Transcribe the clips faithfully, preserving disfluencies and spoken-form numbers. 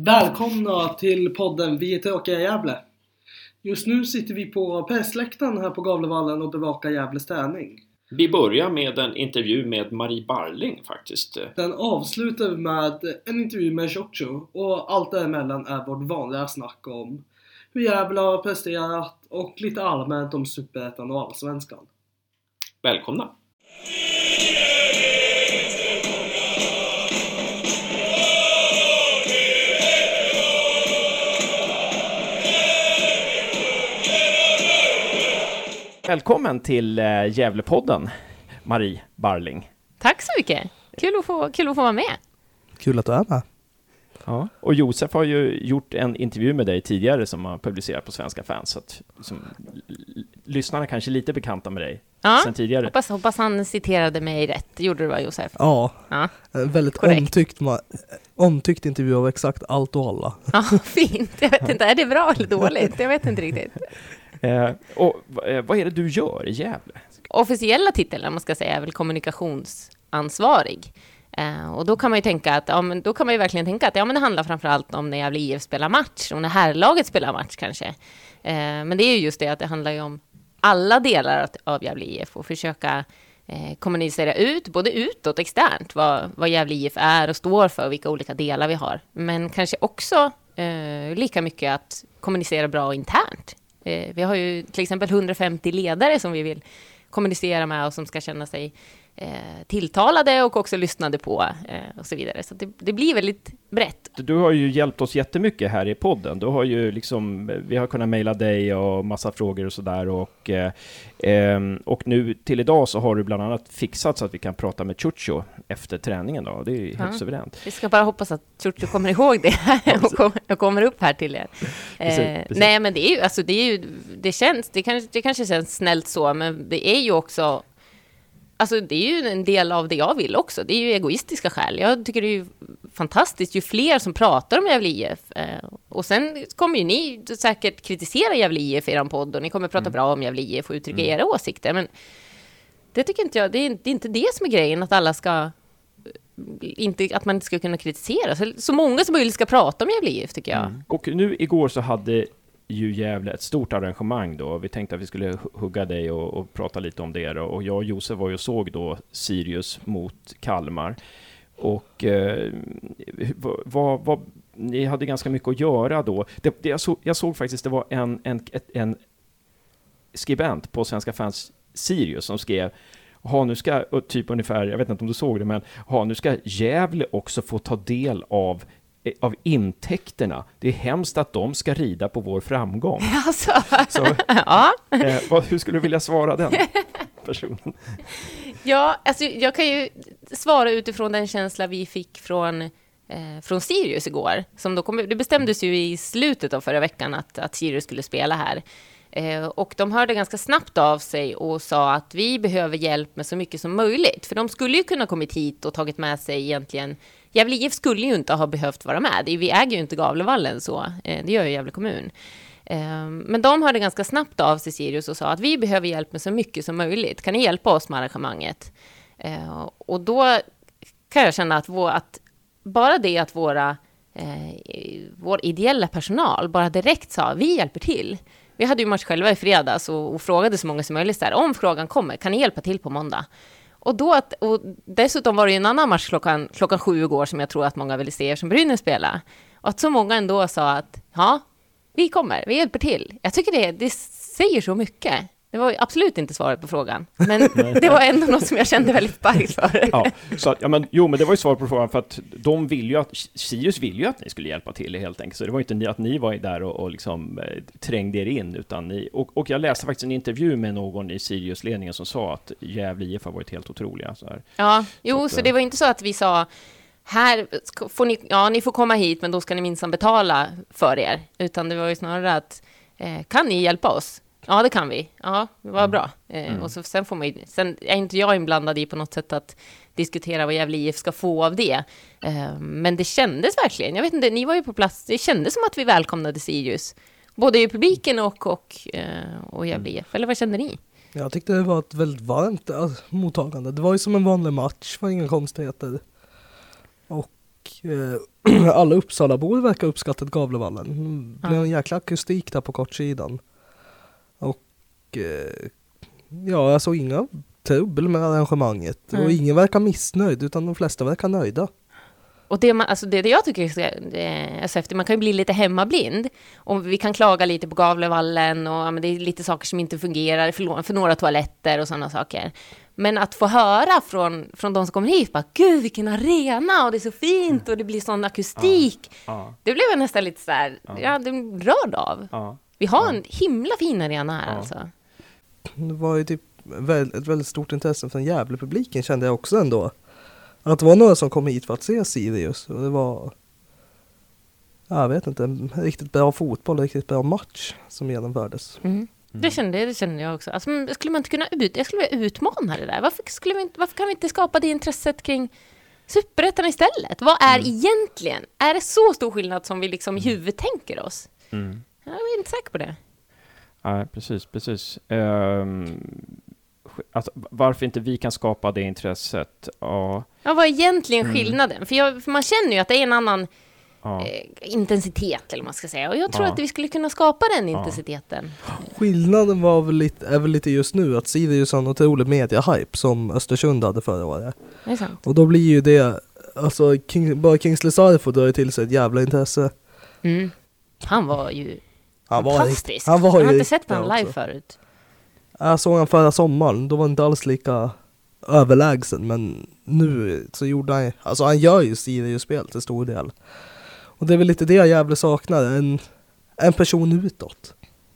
Välkomna till podden Vi är tråkiga Gävle. Just nu sitter vi på pressläktaren här på Gavlevallen och bevakar Gävles träning. Vi börjar med en intervju med Marie Barling faktiskt. Den avslutar med en intervju med Ciuciu och allt däremellan är vårt vanliga snack om hur Gävle har presterat och lite allmänt om Superettan och Allsvenskan. Välkomna! Välkommen till äh, Gävlepodden, Marie Barling. Tack så mycket. Kul att få, kul att få vara med. Kul att du är med. Ja. Och Josef har ju gjort en intervju med dig tidigare som har publicerat på Svenska Fans. Så att som, l- lyssnarna kanske är lite bekanta med dig ja, sen tidigare. Hoppas, hoppas han citerade mig rätt. Det gjorde du va, Josef? Ja, ja. väldigt omtyckt, omtyckt intervju av exakt allt och alla. Ja, fint. Jag vet inte, är det bra eller dåligt? Jag vet inte riktigt. Eh, och eh, vad är det du gör i Gävle? Officiella titeln, om man ska säga, är väl kommunikationsansvarig. Eh, och då kan man ju tänka att, ja, men då kan man ju verkligen tänka att ja, men det handlar framförallt om när Gävle I F spelar match, om när herrlaget spelar match kanske. Eh, men det är ju just det att det handlar ju om alla delar av Gävle I F och försöka eh, kommunicera ut, både utåt och externt, vad, vad Gävle I F är och står för, vilka olika delar vi har. Men kanske också eh, lika mycket att kommunicera bra internt. Eh, vi har ju till exempel hundrafemtio ledare som vi vill kommunicera med och som ska känna sig eh, tilltalade och också lyssnade på eh, och så vidare. Så det, det blir väldigt brett. Du har ju hjälpt oss jättemycket här i podden. Du har ju liksom, vi har kunnat mejla dig och massa frågor och sådär. Och, eh, och nu till idag så har du bland annat fixat så att vi kan prata med Ciuciu efter träningen då. Det är ju helt ja. suveränt. Vi ska bara hoppas att Ciuciu kommer ihåg det och, kom, och kommer upp här till er. Precis, eh, precis. Nej, men det är ju, alltså det är ju, det känns, det kanske, det kanske känns snällt så, men det är ju också, alltså det är ju en del av det jag vill också. Det är ju egoistiska skäl. Jag tycker det är ju fantastiskt ju fler som pratar om Gävle I F. Eh, och sen kommer ju ni säkert kritisera Gävle I F i er podd och ni kommer prata mm. bra om Gävle I F och uttrycka mm. era åsikter. Men det tycker inte jag, det är, det är inte det som är grejen, att alla ska inte, att man inte ska kunna kritisera. Så, så många som möjligt ska prata om Gävle I F tycker jag. Mm. Och nu igår så hade ju Gävle ett stort arrangemang då. Vi tänkte att vi skulle hugga dig och, och prata lite om det då. Och jag och Josef var ju och såg då Sirius mot Kalmar. Och eh, vad, vad, ni hade ganska mycket att göra då. Det, det jag, så, jag såg faktiskt, det var en, en, ett, en skribent på Svenska Fans Sirius som skrev, ha nu ska, typ ungefär, jag vet inte om du såg det, men ha nu ska Gävle också få ta del av av intäkterna. Det är hemskt att de ska rida på vår framgång. Alltså. Så, ja. eh, vad, hur skulle du vilja svara den personen? Ja, alltså jag kan ju svara utifrån den känsla vi fick från, eh, från Sirius igår. Som då kom, det bestämdes ju i slutet av förra veckan att, att Sirius skulle spela här. Eh, och de hörde ganska snabbt av sig och sa att vi behöver hjälp med så mycket som möjligt. För de skulle ju kunna kommit hit och tagit med sig egentligen, Gävle I F skulle ju inte ha behövt vara med. Vi äger ju inte Gavlevallen så, eh, det gör ju Gävle kommun. Eh, men de hörde ganska snabbt av sig Sirius och sa att vi behöver hjälp med så mycket som möjligt. Kan ni hjälpa oss med arrangemanget? Eh, och då kan jag känna att, vår, att bara det att våra, eh, vår ideella personal bara direkt sa vi hjälper till. Vi hade ju match själva i fredags och, och frågade så många som möjligt där, om frågan kommer, kan ni hjälpa till på måndag? Och, då att, och dessutom var det ju en annan match klockan, klockan sju igår som jag tror att många ville se er som Brynäs spela. Och att så många ändå sa att ja, vi kommer, vi hjälper till. Jag tycker det, det säger så mycket. Det var absolut inte svaret på frågan. Men det var ändå något som jag kände väldigt starkt för. Ja, så, ja, men, jo, men det var ju svar på frågan för att de vill ju att, Sirius vill ju att ni skulle hjälpa till helt enkelt. Så det var inte ni, att ni var där och, och liksom, eh, trängde er in. Utan ni, och, och jag läste faktiskt en intervju med någon i Sirius-ledningen som sa att Gävle I F har varit helt otroliga. Så här. Ja, jo, så, att, så det var inte så att vi sa här får ni, ja, ni får komma hit men då ska ni minsann betala för er. Utan det var ju snarare att eh, kan ni hjälpa oss? Ja, det kan vi. Ja, det var bra. Eh, mm. Och så, sen, får man ju, sen är inte jag inblandad i på något sätt att diskutera vad Gävle I F ska få av det. Eh, men det kändes verkligen. Jag vet inte, ni var ju på plats. Det kändes som att vi välkomnade Sirius. Både i publiken och, och, eh, och Gävle I F. Eller vad kände ni? Jag tyckte det var ett väldigt varmt alltså, mottagande. Det var ju som en vanlig match. Det var inga konstigheter. Och eh, alla Uppsalabor verkar uppskattat Gavlevallen. Det blev Ja. en jäkla akustik där på kortsidan. Och eh, ja, alltså inga trubbel med arrangemanget. Mm. Och ingen verkar missnöjd, utan de flesta verkar nöjda. Och det, man, alltså det, det jag tycker är så häftigt, man kan ju bli lite hemmablind. Och vi kan klaga lite på Gavlevallen och ja, men det är lite saker som inte fungerar för, för några toaletter och sådana saker. Men att få höra från, från de som kommer hit, bara, gud vilken arena och det är så fint och det blir sån akustik. Ja, ja, Det blev jag nästan lite så här, Ja. ja, det är rörd av. ja. Vi har Ja. en himla fin arena här Ja. alltså. Det var ju typ väl, ett väldigt stort intresse från Gävle-publiken, kände jag också ändå. Att det var några som kom hit för att se Sirius. Och det var, jag vet inte, en riktigt bra fotboll, en riktigt bra match som genomfördes. Mm. Det, kände, det kände jag också. Alltså, men skulle man inte kunna ut, jag skulle vilja utmana det där. Varför, skulle vi inte, varför kan vi inte skapa det intresset kring Superettan istället? Vad är Mm. egentligen? Är det så stor skillnad som vi liksom i huvudet tänker oss? Mm. Jag är inte säker på det. Ja, precis, precis. Um, alltså, varför inte vi kan skapa det intresset? Ja, Ja, vad är egentligen Mm. skillnaden? För, jag, för man känner ju att det är en annan ja. eh, intensitet, eller vad man ska säga. Och jag tror Ja. att vi skulle kunna skapa den Ja. intensiteten. Skillnaden var väl lite, är väl lite just nu att Sirius har en otrolig media-hype som Östersund hade förra året. Det är sant. Och då blir ju det, alltså King, bara Kingsley Sarfo drar ju till sig ett jävla intresse. Mm. Han var ju Han var, fantastisk. han var jag har ju inte riktigt sett bra honom live också. förut. Jag såg han förra sommaren, då var han inte alls lika överlägsen, men nu så gjorde han, alltså han gör ju Sirius-spel till stor del. Och det är väl lite det jag jävla saknar, en, en person utåt.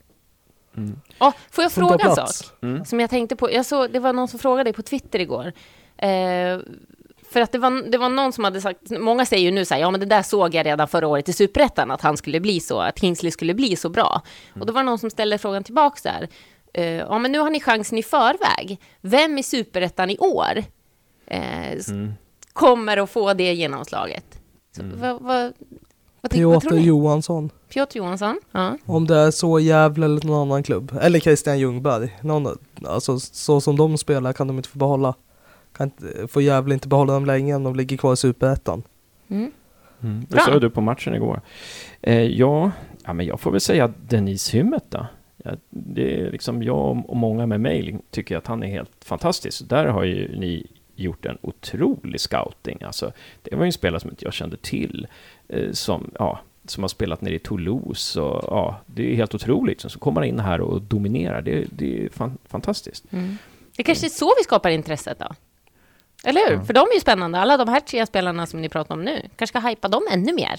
Mm. Oh, får jag Som tar fråga en plats. sak? Mm. Som jag tänkte på, jag såg, det var någon som frågade dig på Twitter igår. Eh, för att det var, det var någon som hade sagt, många säger ju nu så här, ja men det där såg jag redan förra året i Superettan, att han skulle bli så, att Kingsley skulle bli så bra. Mm. Och då var det någon som ställde frågan tillbaka så här, eh, ja men nu har ni chansen i förväg. Vem i Superettan i år eh, s- Mm. kommer att få det genomslaget? Så, Mm. vad, vad, vad, tycker, vad tror Piotr ni? Johansson. Piotr Johansson? Ja. Om det är så Gävle eller någon annan klubb. Eller Christian Ljungberg. Någon, alltså så som de spelar kan de inte få behålla. Kan inte, får Gävle inte behålla dem länge om de ligger kvar i Superettan. Mm. Mm. Bra. Det såg du på matchen igår. Eh, ja, ja, men jag får väl säga Dennis Hymmet då. Ja, det är liksom jag och många med mig tycker att han är helt fantastisk. Där har ju ni gjort en otrolig scouting. Alltså, det var ju en spelare som inte jag kände till. Eh, som, ja, som har spelat nere i Toulouse. Och, ja, det är helt otroligt. Så kommer han in här och dominerar. Det, det är fan, fantastiskt. Mm. Det kanske är så vi skapar intresset då. Eller hur? Ja. För de är ju spännande. Alla de här tre spelarna som ni pratar om nu. Kanske ska hypa dem ännu mer.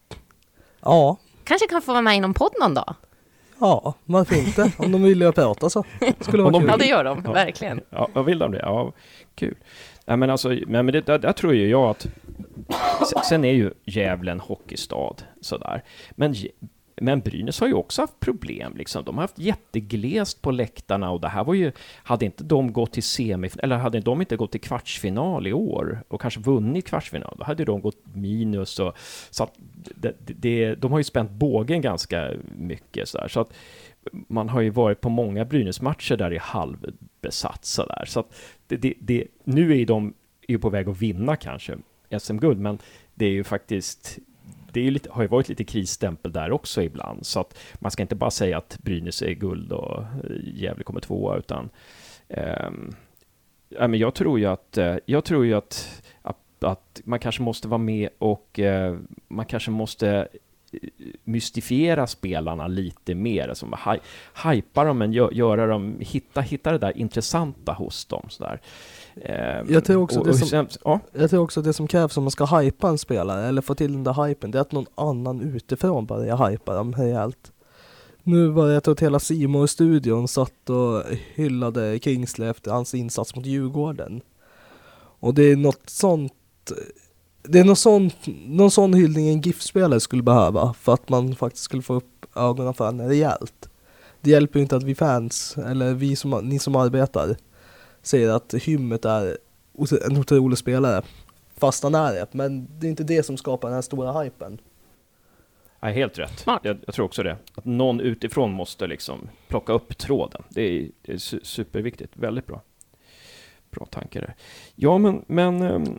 Ja, Kanske kan få vara med i någon podd någon dag. ja, varför inte? Om de vill jag prata så. Skulle Om vara de kul. Ja, det gör de. Ja. Verkligen. Ja, vad vill de det? Ja, kul. Nej, men alltså, men det, där, där tror ju jag att sen, sen är ju Gävle en hockeystad sådär. Men, men Brynäs har ju också haft problem liksom. De har haft jätteglest på läktarna och det här var ju, hade inte de gått till semifinal, eller hade de inte gått till kvartsfinal i år och kanske vunnit kvartsfinal, då hade de gått minus och så att det, det, de har ju spänt bågen ganska mycket sådär. Så att man har ju varit på många Brynäs-matcher där i halvbesatt sådär. Så att det, det, det, nu är de ju på väg att vinna kanske S M-guld, men det är ju faktiskt, det är ju lite, har ju varit lite krisstämpel där också ibland, så att man ska inte bara säga att Brynäs är guld och Gävle kommer tvåa, utan um, ja, men jag tror ju att jag tror ju att, att, att man kanske måste vara med och uh, man kanske måste mystifiera spelarna lite mer, alltså hy- hypa dem, men gö- göra dem, hitta, hitta det där intressanta hos dem sådär. Ehm, Jag tror också och, det och som- sen, ja, Jag tror också att det som krävs om man ska hypa en spelare eller få till den där hypen, det är att någon annan utifrån börjar hypa dem rejält. Nu var det att hela Simon-studion satt och hyllade Kingsley efter hans insats mot Djurgården. Och det är något sånt, det är något sånt, någon sån hyllning en GIF-spelare skulle behöva för att man faktiskt skulle få upp ögonen för henne rejält. Det hjälper ju inte att vi fans, eller vi som, ni som arbetar, säger att Hymmet är en otrolig spelare, fast han är det. Men det är inte det som skapar den här stora hypen. ja, helt rätt. Smart. Jag, jag tror också det. Att någon utifrån måste liksom plocka upp tråden. Det är, det är su- superviktigt. Väldigt bra. Bra tankar där. Ja, men, men um,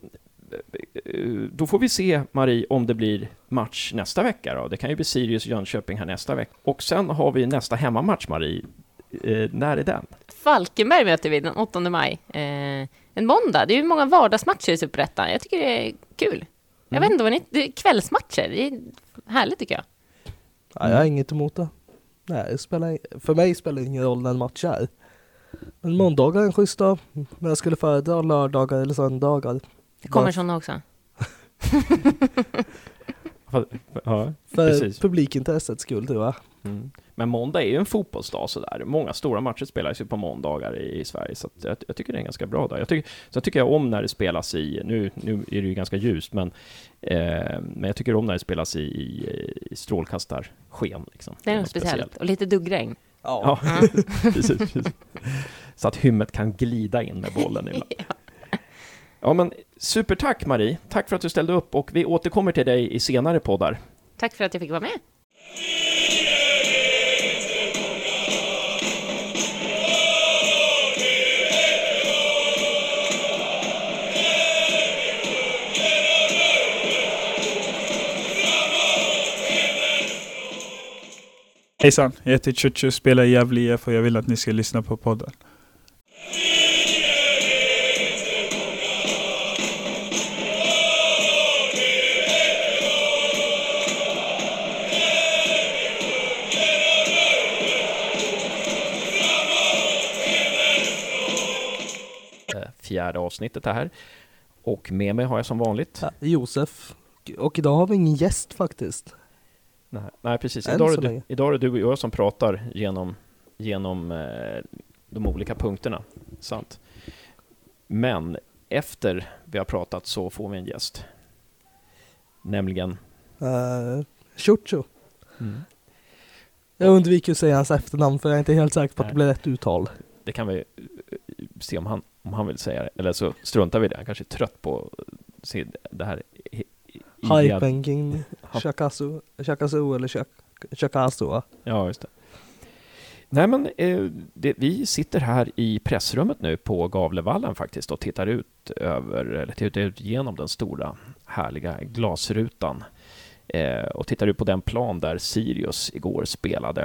då får vi se, Marie, om det blir match nästa vecka då. Det kan ju bli Sirius Jönköping här nästa vecka. Och sen har vi nästa hemmamatch, Marie. Eh, när är den? Falkenberg möter vi den åttonde maj. Eh, en måndag. Det är ju många vardagsmatcher i Superettan. Jag tycker det är kul. Jag Mm. vet inte vad ni... Det är kvällsmatcher. Det är härligt tycker jag. Ja, jag har inget emot det. Nej, det spelar, för mig spelar det ingen roll när en match är. Men måndagar är en schysst dag. Men jag skulle föredra lördagar eller söndagar. Det kommer Bara sådana också. Ja, för precis. publikintressets skull, tror jag. Mm. Men måndag är ju en fotbollsdag sådär. Många stora matcher spelas ju på måndagar i, i Sverige, så att jag, jag tycker det är en ganska bra dag. Jag tycker, så tycker jag om när det spelas i, nu, nu är det ju ganska ljust, men, eh, men jag tycker om när det spelas i, i, i strålkastarsken. Liksom. Det är något något speciellt. Och lite duggregn. Ja, precis, precis. Så att hymmet kan glida in med bollen ibland. Ja. Ja, men supertack Marie. Tack för att du ställde upp, och vi återkommer till dig i senare poddar. Tack för att jag fick vara med. Hejsan, jag heter Chuchu, spelar i Gävle I F och jag vill att ni ska lyssna på podden. Fjärde avsnittet här. Och med mig har jag som vanligt... Ja, Josef. Och idag har vi ingen gäst faktiskt. Nej, nej precis. Än Idag är, så du, länge. idag är det du och jag som pratar genom, genom eh, de olika punkterna. Sant. Men efter vi har pratat så får vi en gäst. Nämligen... Uh, Chuchu. Mm. Jag undviker att säga hans efternamn för jag är inte helt säker på att Nej. det blir rätt uttal. Det kan vi eh, se om han, om han vill säga det. Eller så struntar vi det. Han kanske är trött på att se det här. i- i- Hypen kring Chakasu, Chakasu eller Chak- Chakasu, va? Ja, just det. Nej, men eh, det, vi sitter här i pressrummet nu på Gavlevallen faktiskt och tittar ut över, eller tittar ut genom den stora härliga glasrutan eh, och tittar ut på den plan där Sirius igår spelade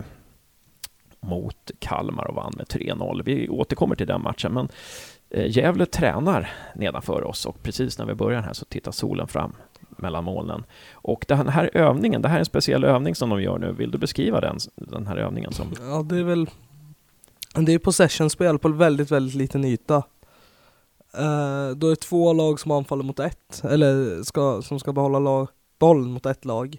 mot Kalmar och vann med tre noll. Vi återkommer till den matchen, men eh, Gävle tränar nedanför oss och precis när vi börjar här så tittar solen fram mellan molnen. Och den här övningen, det här är en speciell övning som de gör nu. Vill du beskriva den, den här övningen? Som... Ja, det är väl... Det är possession-spel på väldigt, väldigt liten yta. Uh, då är det två lag som anfaller mot ett. Eller ska, som ska behålla lag, bollen mot ett lag.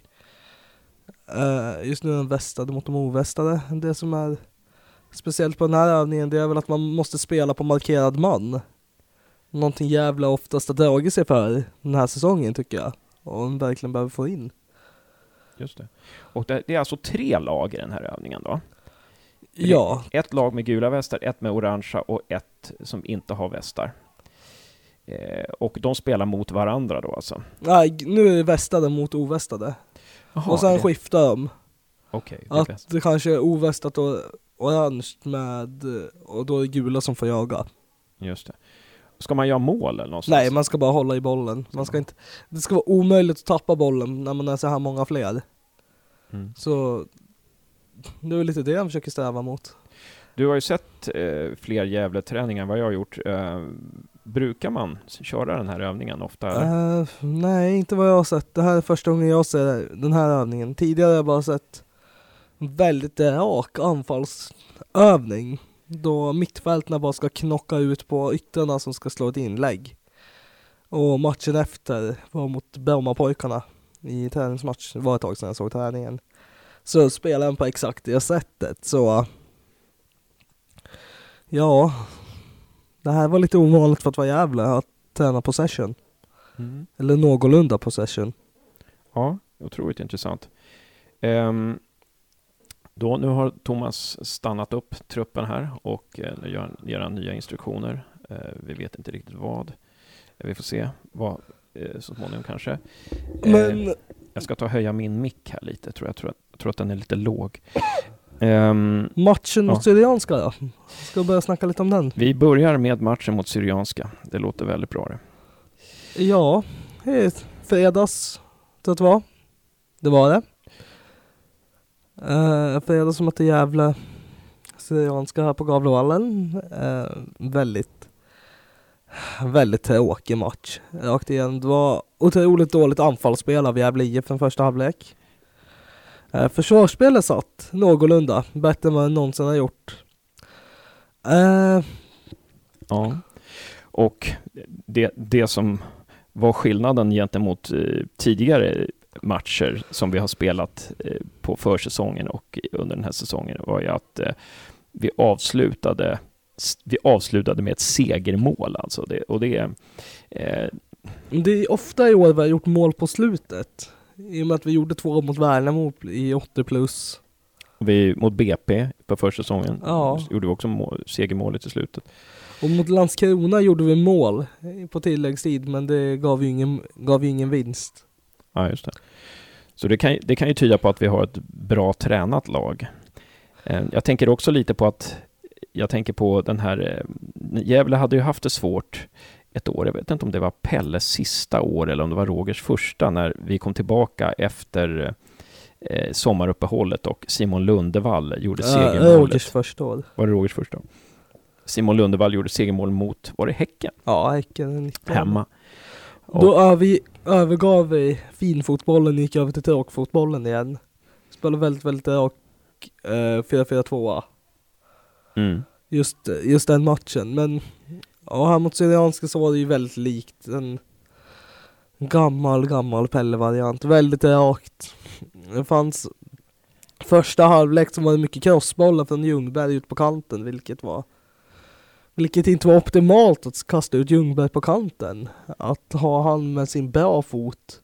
Uh, just nu är den västade mot de ovästade. Det som är speciellt på den här övningen, det är väl att man måste spela på markerad man. Någonting jävla oftast har dragit sig för den här säsongen, tycker jag. Och man verkligen behöver få in. Just det. Och det, det är alltså tre lag i den här övningen då? Ja. Ett lag med gula västar, ett med orangea och ett som inte har västar. Eh, och de spelar mot varandra då alltså? Nej, nu är det västade mot ovästade. Jaha, och sen det... skiftar de. Okej. Okay, att det kanske är ovästat och orange med, och då är det gula som får jaga. Just det. Ska man göra mål eller någonstans? Nej, man ska bara hålla i bollen. Man ska inte, det ska vara omöjligt att tappa bollen när man är så här många fler. Mm. Så det är lite det jag försöker sträva mot. Du har ju sett eh, fler Gävle-träningar än vad jag har gjort. Eh, brukar man köra den här övningen ofta? Eller? Uh, nej, inte vad jag har sett. Det här är första gången jag ser den här övningen. Tidigare har jag bara sett en väldigt rak anfallsövning. Då mittfältarna bara ska knocka ut på ytterna som ska slå ett inlägg. Och matchen efter var mot Brommapojkarna i träningsmatch. Det var ett tag sedan jag såg träningen. Så spelade han på exakt det sättet. Så ja, det här var lite ovanligt för att vara Gävle att träna possession. Mm. Eller någorlunda possession. Ja, otroligt intressant. Um, då, nu har Thomas stannat upp truppen här och uh, gör, ger nya instruktioner. Uh, vi vet inte riktigt vad. Uh, vi får se vad uh, så småningom kanske. Uh, Men jag ska ta och höja min mick här lite. Tror jag, tror, jag tror att den är lite låg. Um, matchen mot ja. Syrianska då? Ska vi börja snacka lite om den? Vi börjar med matchen mot Syrianska. Det låter väldigt bra det. Ja, eh, fredags tror jag det var. Det var det. Uh, fredags som mötte Gävle Syrianska här på Gavlevallen. Uh, väldigt väldigt tråkig match. Rakt igen. Det var otroligt dåligt anfallsspel av Gävle I F för första halvlek. Uh, försvarsspelet satt någorlunda. Bättre än vad jag någonsin har gjort. Uh, ja. Och det, det som var skillnaden gentemot eh, tidigare matcher som vi har spelat eh, på försäsongen och under den här säsongen var ju att eh, vi avslutade vi avslutade med ett segermål alltså det, och det eh, det är ofta i år vi har gjort mål på slutet i och med att vi gjorde två mot Värnamo i åttio plus. Vi mot B P på försäsongen ja. Gjorde vi också mål, segermålet i slutet. Och mot Landskrona gjorde vi mål på tilläggstid men det gav ju ingen, gav ju ingen vinst. Ja, just det. Så det kan, det kan ju tyda på att vi har ett bra tränat lag. Jag tänker också lite på att jag tänker på den här Gävle hade ju haft det svårt ett år. Jag vet inte om det var Pelles sista år eller om det var Rogers första när vi kom tillbaka efter eh, sommaruppehållet och Simon Lundevall gjorde äh, segermålet. Rogers första år. Var det Rogers första år? Simon Lundevall gjorde segermål mot, var det Häcken? Ja, Häcken. nitton. Hemma. Och då över, övergav vi finfotbollen och gick över till tråkfotbollen igen. Spelade väldigt, väldigt rak eh, fyra fyra två. Mm. Just, just den matchen. Men ja, här mot Syrianska så var det ju väldigt likt en gammal, gammal Pelle-variant. Väldigt rakt. Det fanns första halvlek som var det mycket crossbollar från Ljungberg ut på kanten, vilket var Vilket inte var optimalt att kasta ut Ljungberg på kanten. Att ha han med sin bra fot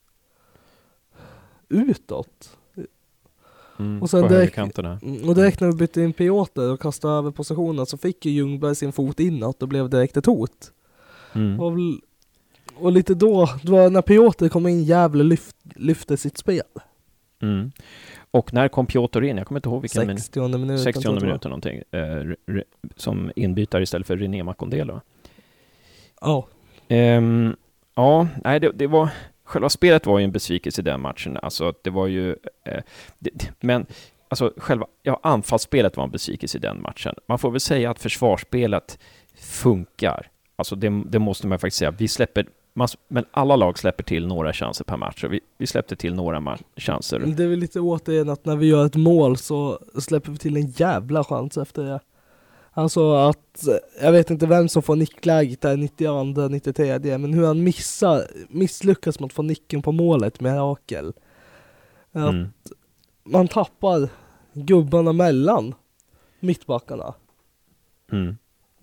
utåt. Mm, och sen på direkt, högerkanterna. och direkt när vi bytte in Piotr och kastade över positionen så fick ju Ljungberg sin fot inåt och blev direkt ett hot. Mm. Och, och lite då, då när Piotr kom in Gävle lyft, lyfte sitt spel. Mm. Och när kom Piotr in? Jag kommer inte ihåg vilken sextionde minuten. sextionde minuten någonting. Eh, re, som inbytare istället för René Makondelo. Ja. Um, ja, nej det, det var... Själva spelet var ju en besvikelse i den matchen. Alltså det var ju... Eh, det, men alltså själva... Ja, anfallsspelet var en besvikelse i den matchen. Man får väl säga att försvarsspelet funkar. Alltså det, det måste man faktiskt säga. Vi släpper... Men alla lag släpper till några chanser per match. Vi, vi släppte till några ma- chanser. Det är väl lite återigen att när vi gör ett mål så släpper vi till en jävla chans efter det. Alltså att, jag vet inte vem som får nickläget där nittioandra, nittiotredje, men hur han missar, misslyckas med att få nicken på målet med Rakel. Att mm. man tappar gubbarna mellan mittbackarna. Mm.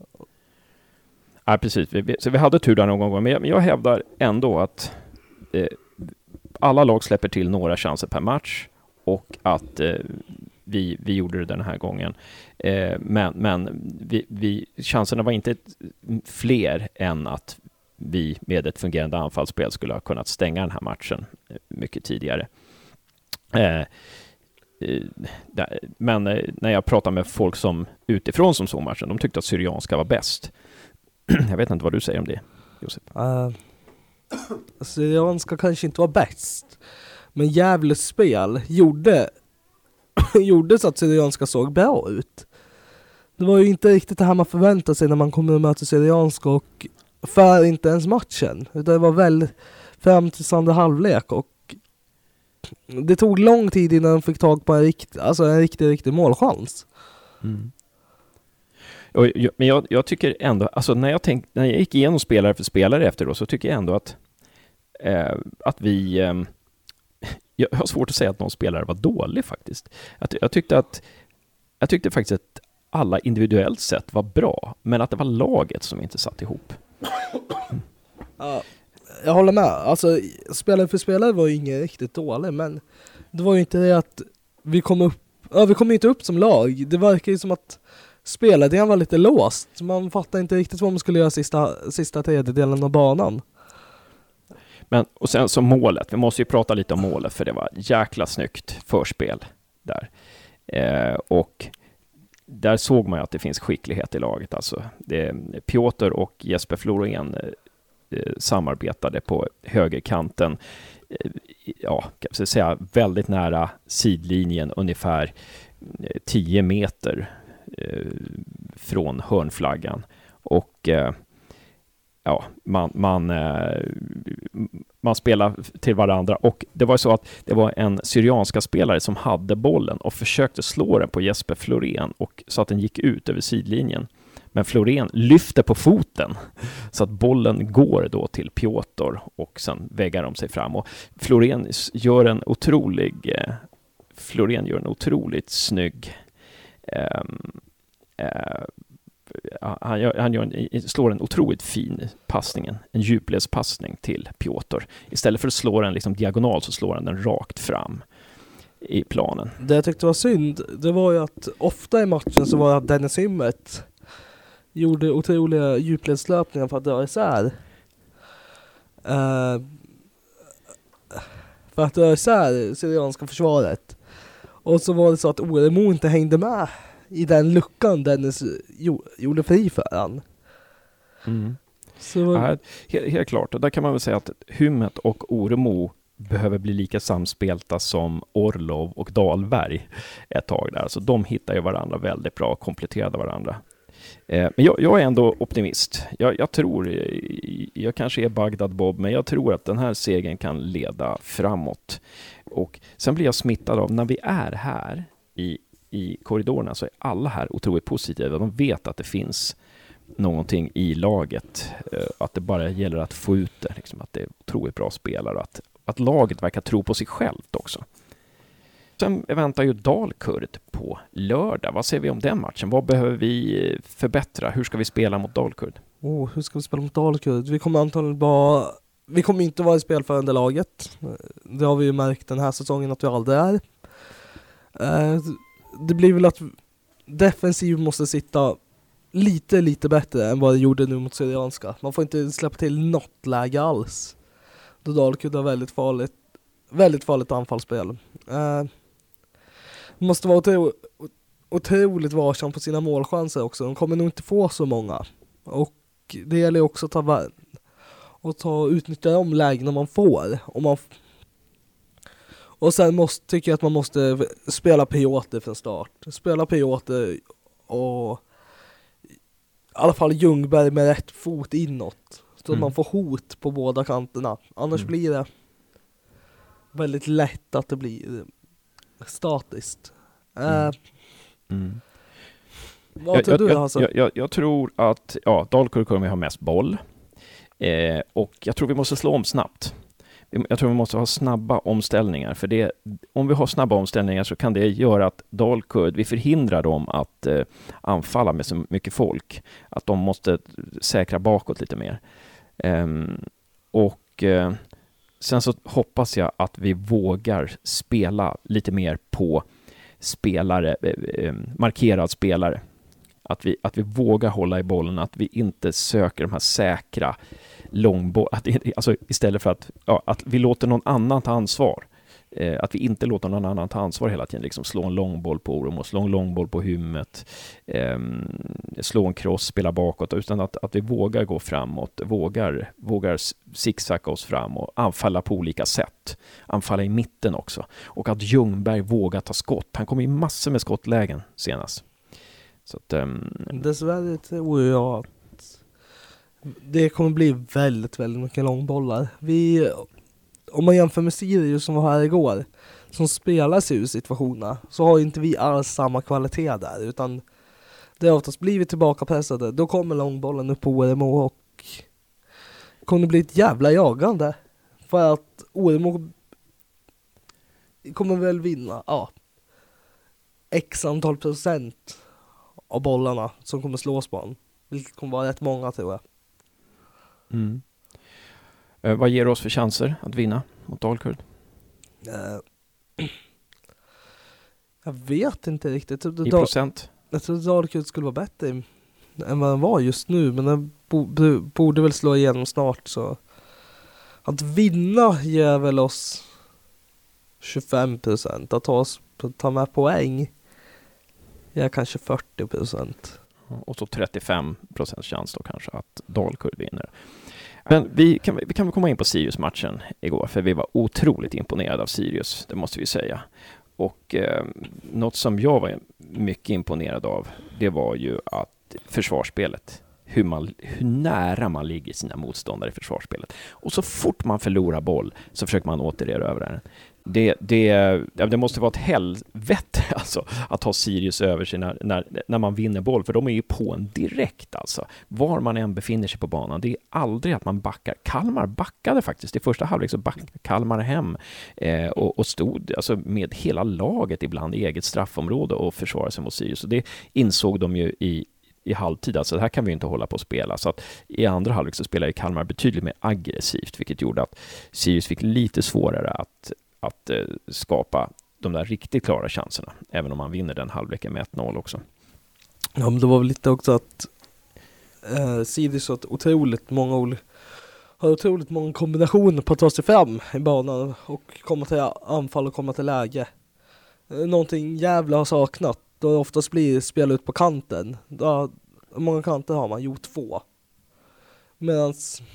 Ja, precis. Så vi hade tur där någon gång, men jag, men jag hävdar ändå att eh, alla lag släpper till några chanser per match och att eh, vi, vi gjorde det den här gången. Eh, men men vi, vi, chanserna var inte fler än att vi med ett fungerande anfallsspel skulle ha kunnat stänga den här matchen mycket tidigare. Eh, eh, men eh, när jag pratar med folk som utifrån som såg matchen, de tyckte att Syrianska var bäst. Jag vet inte vad du säger om det, Josef. Uh, Syrianska kanske inte var bäst. Men Gävles spel gjorde, gjorde så att Syrianska såg bra ut. Det var ju inte riktigt det här man förväntade sig när man kommer att möta Syrianska och för inte ens matchen. Det var väl fram till andra halvlek och det tog lång tid innan de fick tag på en riktig, alltså en riktig, riktig målchans. Mm. Och, men jag, jag tycker ändå, alltså när jag, tänk, när jag gick igenom spelare för spelare efter då, så tycker jag ändå att, eh, att vi... Eh, jag har svårt att säga att någon spelare var dålig faktiskt. Att, jag, tyckte att, jag tyckte faktiskt att alla individuellt sett var bra, men att det var laget som inte satt ihop. Mm. Ja, jag håller med. Alltså, spelare för spelare var ju ingen riktigt dålig, men det var ju inte det att vi kom upp, ja, vi kom inte upp som lag. Det verkar ju som att speladén var lite låst. Man fattar inte riktigt vad man skulle göra sista, sista tredjedelen av banan. Men, och sen så målet. Vi måste ju prata lite om målet, för det var jäkla snyggt förspel där. Eh, och där såg man ju att det finns skicklighet i laget. Alltså, det, Piotr och Jesper Florén eh, samarbetade på högerkanten. Eh, ja, kan jag säga väldigt nära sidlinjen, ungefär eh, tio meter eh, från hörnflaggan. Och eh, ja, man, man, eh, man spelar till varandra, och det var så att det var en syrianska spelare som hade bollen och försökte slå den på Jesper Florén, och så att den gick ut över sidlinjen. Men Florén lyfter på foten så att bollen går då till Piotr, och sen väggar de sig fram. Och Florén gör en otrolig eh, Florén gör en otroligt snygg eh, eh, han, gör, han gör en, slår en otroligt fin passning, en djupledspassning till Piotr. Istället för att slå den liksom diagonal så slår han den rakt fram i planen. Det jag tyckte var synd, det var ju att ofta i matchen så var det att Dennis Hymmet gjorde otroliga djupledslöpningar för att dra isär. Uh, för att dra isär syrianska försvaret. Och så var det så att Oremo inte hängde med i den luckan Dennis jo, gjorde fri för han. Mm. Så... Ja, helt, helt klart. Och där kan man väl säga att Hymmet och Oremo behöver bli lika samspelta som Orlov och Dahlberg ett tag där. Så de hittar ju varandra väldigt bra, kompletterade varandra. Eh, men jag, jag är ändå optimist. Jag, jag tror, jag kanske är Bagdad Bob, men jag tror att den här segern kan leda framåt. Och sen blir jag smittad av, när vi är här i, i korridorerna så är alla här otroligt positiva. De vet att det finns någonting i laget, eh, att det bara gäller att få ut det, liksom, att det är otroligt bra spelare, att, att laget verkar tro på sig självt också. Sen väntar ju Dalkurd på lördag. Vad säger vi om den matchen? Vad behöver vi förbättra? Hur ska vi spela mot Dalkurd? Oh, hur ska vi spela mot Dalkurd? Vi kommer antagligen bara... Vi kommer inte vara i spelförande laget. Det har vi ju märkt den här säsongen att vi aldrig är. Eh, det blir väl att defensiv måste sitta lite, lite bättre än vad det gjorde nu mot Syrianska. Man får inte släppa till något läge alls. Då Dalkurd har väldigt farligt, väldigt farligt anfallsspel. Eh, måste vara otro, otroligt varsam på sina målchanser också. De kommer nog inte få så många. Och det gäller också att ta, och ta utnyttja de lägena man får. Och, man f- och sen måste, tycker jag att man måste spela Piotr från start. Spela Piotr och i alla fall Ljungberg med rätt fot inåt. Så mm. att man får hot på båda kanterna. Annars mm. blir det väldigt lätt att det blir statiskt. Mm. Uh, mm. Vad jag, tror du, jag, alltså? jag, jag, jag tror att ja, Dalkurd kommer ha mest boll. Eh, och jag tror vi måste slå om snabbt. Jag tror vi måste ha snabba omställningar. För det, om vi har snabba omställningar så kan det göra att Dalkurd, vi förhindrar dem att eh, anfalla med så mycket folk. Att de måste säkra bakåt lite mer. Eh, och... Eh, Sen så hoppas jag att vi vågar spela lite mer på spelare, eh, markerad spelare. Att vi, att vi vågar hålla i bollen, att vi inte söker de här säkra långbollar. Alltså istället för att, ja, att vi låter någon annan ta ansvar. Eh, att vi inte låter någon annan ta ansvar hela tiden. Liksom slå en långboll på Oremo, slå en långboll på Hymmet, eh, slå en cross, spela bakåt. Utan att, att vi vågar gå framåt, vågar, vågar zigzacka oss fram och anfalla på olika sätt. Anfalla i mitten också. Och att Ljungberg vågar ta skott. Han kom i massor med skottlägen senast. Så att, um... Dessvärre tror jag att det kommer bli väldigt, väldigt mycket långbollar. Vi... Om man jämför med Sirius som var här igår, som spelar sig ur situationerna, så har inte vi alls samma kvalitet där, utan det har oftast blivit tillbaka pressade. Då kommer långbollen upp på Oremo och kommer det bli ett jävla jagande. För att Oremo kommer väl vinna, ja, x antal procent av bollarna som kommer slås på honom. Vilket kommer vara rätt många, tror jag. Mm. Uh, vad ger oss för chanser att vinna mot Dalkurd? Uh, jag vet inte riktigt. I Dal- procent? Jag tror att Dalkurd skulle vara bättre än vad den var just nu. Men den bo- borde väl slå igenom snart. Så att vinna ger väl oss tjugofem procent. Att ta, oss, ta med poäng ger kanske fyrtio procent. Och så trettiofem procent chans då kanske att Dalkurd vinner. Men vi kan, vi kan väl komma in på Sirius-matchen igår, för vi var otroligt imponerade av Sirius, det måste vi säga. Och eh, något som jag var mycket imponerad av, det var ju att försvarsspelet, hur, man, hur nära man ligger sina motståndare i försvarsspelet. Och så fort man förlorar boll så försöker man återerövra den. Det, det, det måste vara ett helvete alltså, att ha Sirius över sig när, när, när man vinner boll, för de är ju på en direkt alltså. Var man än befinner sig på banan, det är aldrig att man backar. Kalmar backade faktiskt, i första halvlek så backade Kalmar hem eh, och, och stod alltså, med hela laget ibland i eget straffområde och försvarade sig mot Sirius. Och det insåg de ju i i halvtid, alltså det här kan vi inte hålla på att spela, så att i andra halvlek så spelade Kalmar betydligt mer aggressivt, vilket gjorde att Sirius fick lite svårare att, att eh, skapa de där riktigt klara chanserna, även om man vinner den halvleken med ett noll också. Ja, men det var väl lite också att eh, Sirius har otroligt många olika har otroligt många kombinationer på att ta sig fram i banan och komma till anfall och komma till läge. Någonting jävla har saknat. Då det oftast blir spel ut på kanten. Då, många kanter har man, jo två. Medan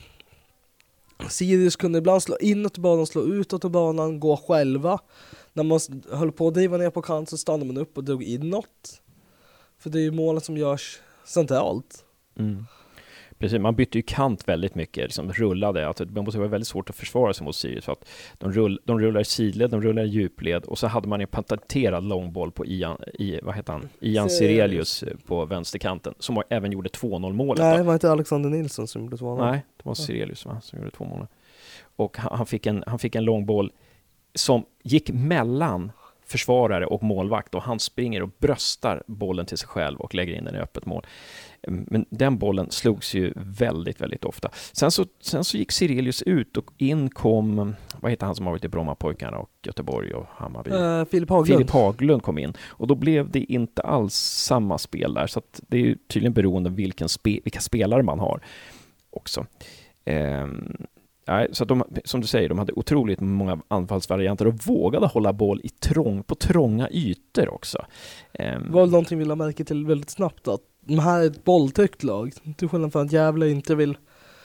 Sirius kunde ibland slå inåt i banan, slå utåt i banan, gå själva. När man höll på att driva ner på kant så stannade man upp och drog inåt. För det är ju målet som görs centralt. Mm. Precis, man bytte ju kant väldigt mycket, liksom rullade. Alltså, det måste vara väldigt svårt att försvara sig mot Sirius, för att de, rull, de rullar i sidled, de rullar i djupled, och så hade man en patenterad långboll på Ian, i, vad heter han? Ian Sirelius på vänsterkanten, som även gjorde två noll målet. Nej, då. det var inte Alexander Nilsson som gjorde två noll. Nej, det var Sirelius va, som gjorde två mål. Och han, han, fick en, han fick en långboll som gick mellan försvarare och målvakt, och han springer och bröstar bollen till sig själv och lägger in den i öppet mål. Men den bollen slogs ju väldigt, väldigt ofta. Sen så, sen så gick Sirelius ut och in kom, vad heter han som har varit i Brommapojkarna och Göteborg och Hammarby? Uh, Filip Haglund. Filip Haglund kom in. Och då blev det inte alls samma spel där. Så att det är ju tydligen beroende av vilken spe, vilka spelare man har också. Um, Nej, så att de, som du säger, de hade otroligt många anfallsvarianter och vågade hålla boll i trång, på trånga ytor också. Det var väl någonting vi vill ha märke till väldigt snabbt, att de här är ett bolltryckt lag. Till skillnad från att Gävle inte vill...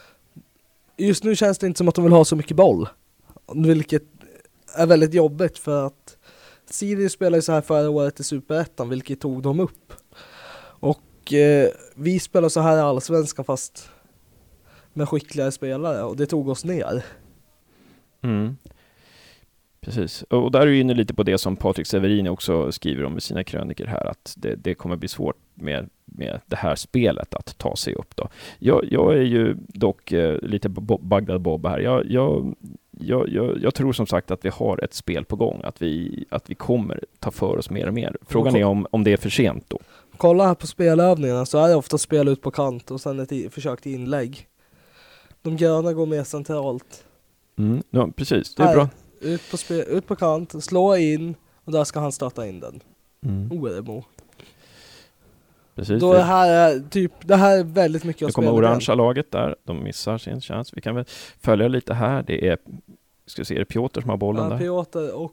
Just nu känns det inte som att de vill ha så mycket boll. Vilket är väldigt jobbigt, för att Sirius spelade ju så här förra året i Superettan, vilket tog dem upp. Och eh, vi spelar så här i Allsvenskan fast med skickligare spelare, och det tog oss ner. Mm. Precis. Och där är vi inne lite på det som Patrik Severini också skriver om i sina kröniker här, att det, det kommer bli svårt med, med det här spelet att ta sig upp då. Jag, jag är ju dock eh, lite Bagdad Bob här. Jag, jag, jag, jag, jag tror som sagt att vi har ett spel på gång, att vi, att vi kommer ta för oss mer och mer. Frågan är om, om det är för sent då. Kolla här på spelövningarna, så är det ofta spel ut på kant och sen ett i, försök till inlägg. De gröna går mer centralt. Mm, ja, precis. Det är här, bra. Ut på, spel, ut på kant, slå in, och där ska han starta in den. Mm. Oermo. Precis. Då det här är typ, det här är väldigt mycket att spela. Det spela. kommer orangea laget där. De missar sin chans. Vi kan väl följa lite här. Det är, ska vi se, är det Piotr som har bollen ja, där? Piotr, och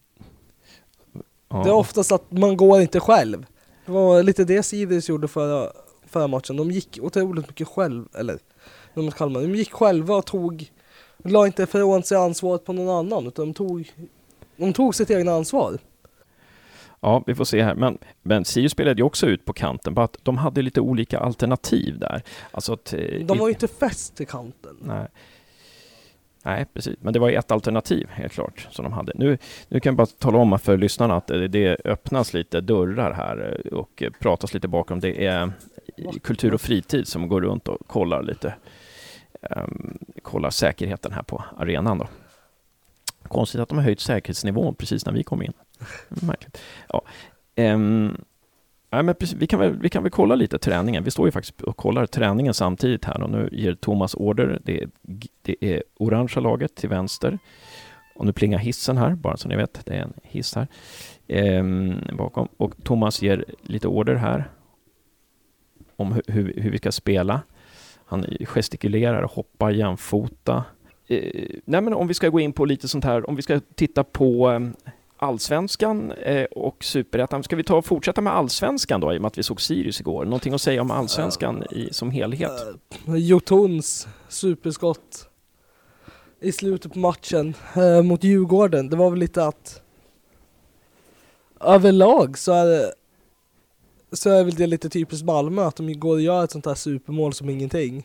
ja. det är oftast att man går inte själv. Det var lite det Sirius gjorde förra, förra matchen. De gick otroligt mycket själv, eller de Kalmar. De gick själva och tog, la inte ifrån sig ansvaret på någon annan, utan de tog, de tog sitt egna ansvar. Ja, vi får se här. Men, men Sirius spelade ju också ut på kanten, bara att de hade lite olika alternativ där. Alltså att, de var ju inte fäst till kanten. Nej. Nej, precis. Men det var ju ett alternativ, helt klart, som de hade. Nu, nu kan jag bara tala om för lyssnarna att det, det öppnas lite dörrar här och pratas lite bakom. Det är Kultur och fritid som går runt och kollar lite. Um, kollar säkerheten här på arenan då. Konstigt att de har höjt säkerhetsnivån precis när vi kom in. Märkligt. Ja. Um, nej, men precis, vi, kan väl, vi kan väl kolla lite träningen. Vi står ju faktiskt och kollar träningen samtidigt här, och nu ger Thomas order. Det är, det är orangea laget till vänster. Och nu plingar hissen här, bara så ni vet. Det är en hiss här um, bakom. Och Thomas ger lite order här om hur, hur, hur vi ska spela. Han gestikulerar och hoppar jämfota. Eh, nej men om vi ska gå in på lite sånt här, om vi ska titta på eh, allsvenskan eh, och superettan. Ska vi ta och fortsätta med allsvenskan då, i och med att vi såg Sirius igår? Någonting att säga om allsvenskan i, som helhet? Uh, Jotons superskott i slutet på matchen uh, mot Djurgården. Det var väl lite att överlag så är det, så är väl det lite typiskt Malmö att de går och gör ett sånt här supermål som ingenting.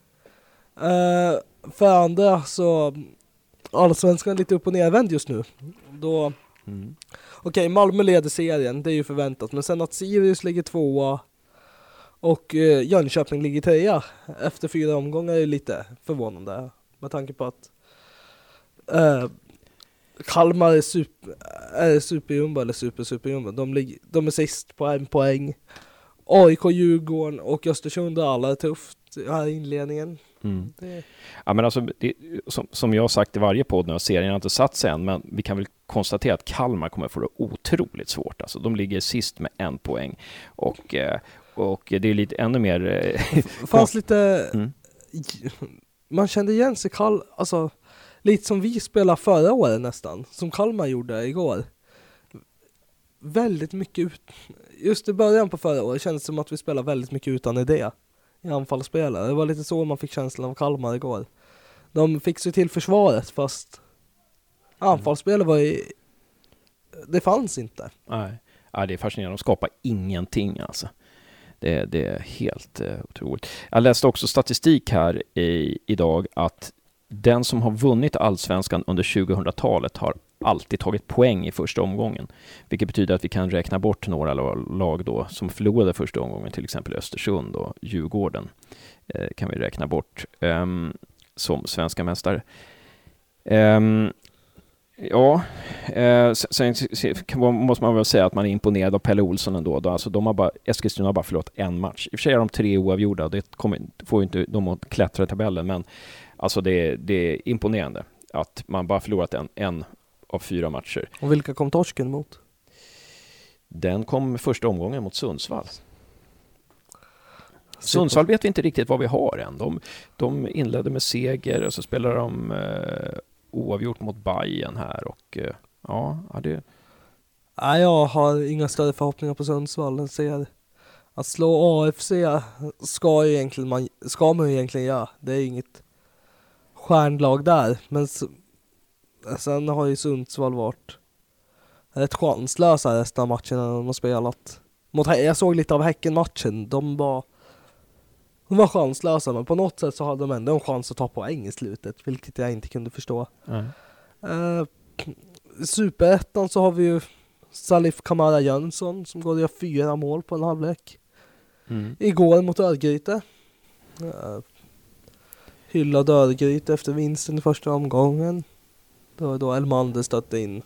Uh, för andra så allsvenskan är lite upp och nervänd just nu. Då mm. Okej, okay, Malmö leder serien, det är ju förväntat. Men sen att Sirius ligger tvåa och uh, Jönköping ligger trea efter fyra omgångar är lite förvånande. Med tanke på att uh, Kalmar är super, är superjumbo eller super superjumbo. De, ligger, de är sist på en poäng. A I K, Djurgården och Östersund är alla tufft här i inledningen. Mm. Det... Ja, men alltså, det, som, som jag har sagt i varje podd nu, serien har inte satt sig än, men vi kan väl konstatera att Kalmar kommer få det otroligt svårt. Alltså, de ligger sist med en poäng och, och det är lite ännu mer... fanns lite... Mm. Man kände igen sig Kal... Alltså, lite som vi spelade förra året nästan, som Kalmar gjorde igår. Väldigt mycket ut... Just i början på förra året kändes det som att vi spelade väldigt mycket utan idé i anfallsspelare. Det var lite så man fick känslan av Kalmar igår. De fick sig till försvaret fast anfallsspelare var i... Det fanns inte. Nej, ja, det är fascinerande. De skapar ingenting alltså. Det, det är helt uh, otroligt. Jag läste också statistik här i, idag att den som har vunnit allsvenskan under tjugohundratalet har alltid tagit poäng i första omgången. Vilket betyder att vi kan räkna bort några lag då som förlorade första omgången, till exempel Östersund och Djurgården eh, kan vi räkna bort um, som svenska mästare. Um, ja, eh, sen, sen måste man väl säga att man är imponerad av Pelle Olsson ändå. Då. Alltså, de har bara, Eskilstuna har bara förlorat en match. I och för sig är de tre oavgjorda. Det kommer, får ju inte de att klättra i tabellen, men alltså det, det är imponerande att man bara förlorat en, en av fyra matcher. Och vilka kom torsken mot? Den kom första omgången mot Sundsvall. Sundsvall vet vi inte riktigt vad vi har än. De, de inledde med seger och så spelar de eh, oavgjort mot Bayern här. Och eh, ja, det... Nej, jag har inga större förhoppningar på Sundsvall. Jag ser att slå A F C ska, ju egentligen man, ska man ju egentligen göra. Det är inget stjärnlag där. Men sen har ju Sundsvall varit rätt chanslösa resten av matchen när de har spelat. Mot, jag såg lite av Häcken-matchen. De var, de var chanslösa, men på något sätt så hade de ändå en chans att ta poäng i slutet, vilket jag inte kunde förstå. Mm. Uh, Superettan så har vi ju Salif Kamara Jönsson som går och gör fyra mål på en halvlek. Mm. Igår mot Örgryte. Uh, hyllade Örgryte efter vinsten i första omgången. Då, då Elmander stötte in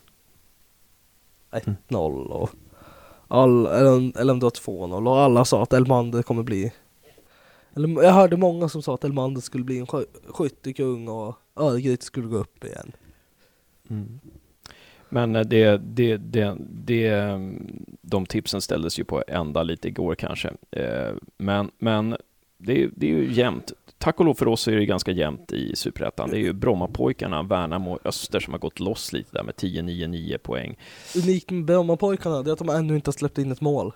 ett noll och all, eller, eller om det var två noll och alla sa att Elmander kommer bli, eller jag hörde många som sa att Elmander skulle bli en skyttekung och Örgryte skulle gå upp igen. Mm. Men det, det, det, det, de tipsen ställdes ju på ända lite igår kanske. Men, men det, det är ju jämnt. Tack och lov för oss så är det ganska jämnt i Superettan. Det är ju Brommapojkarna, Värnamo och Öster som har gått loss lite där med tio nio nio poäng. Unikt med Brommapojkarna är att de ännu inte har släppt in ett mål.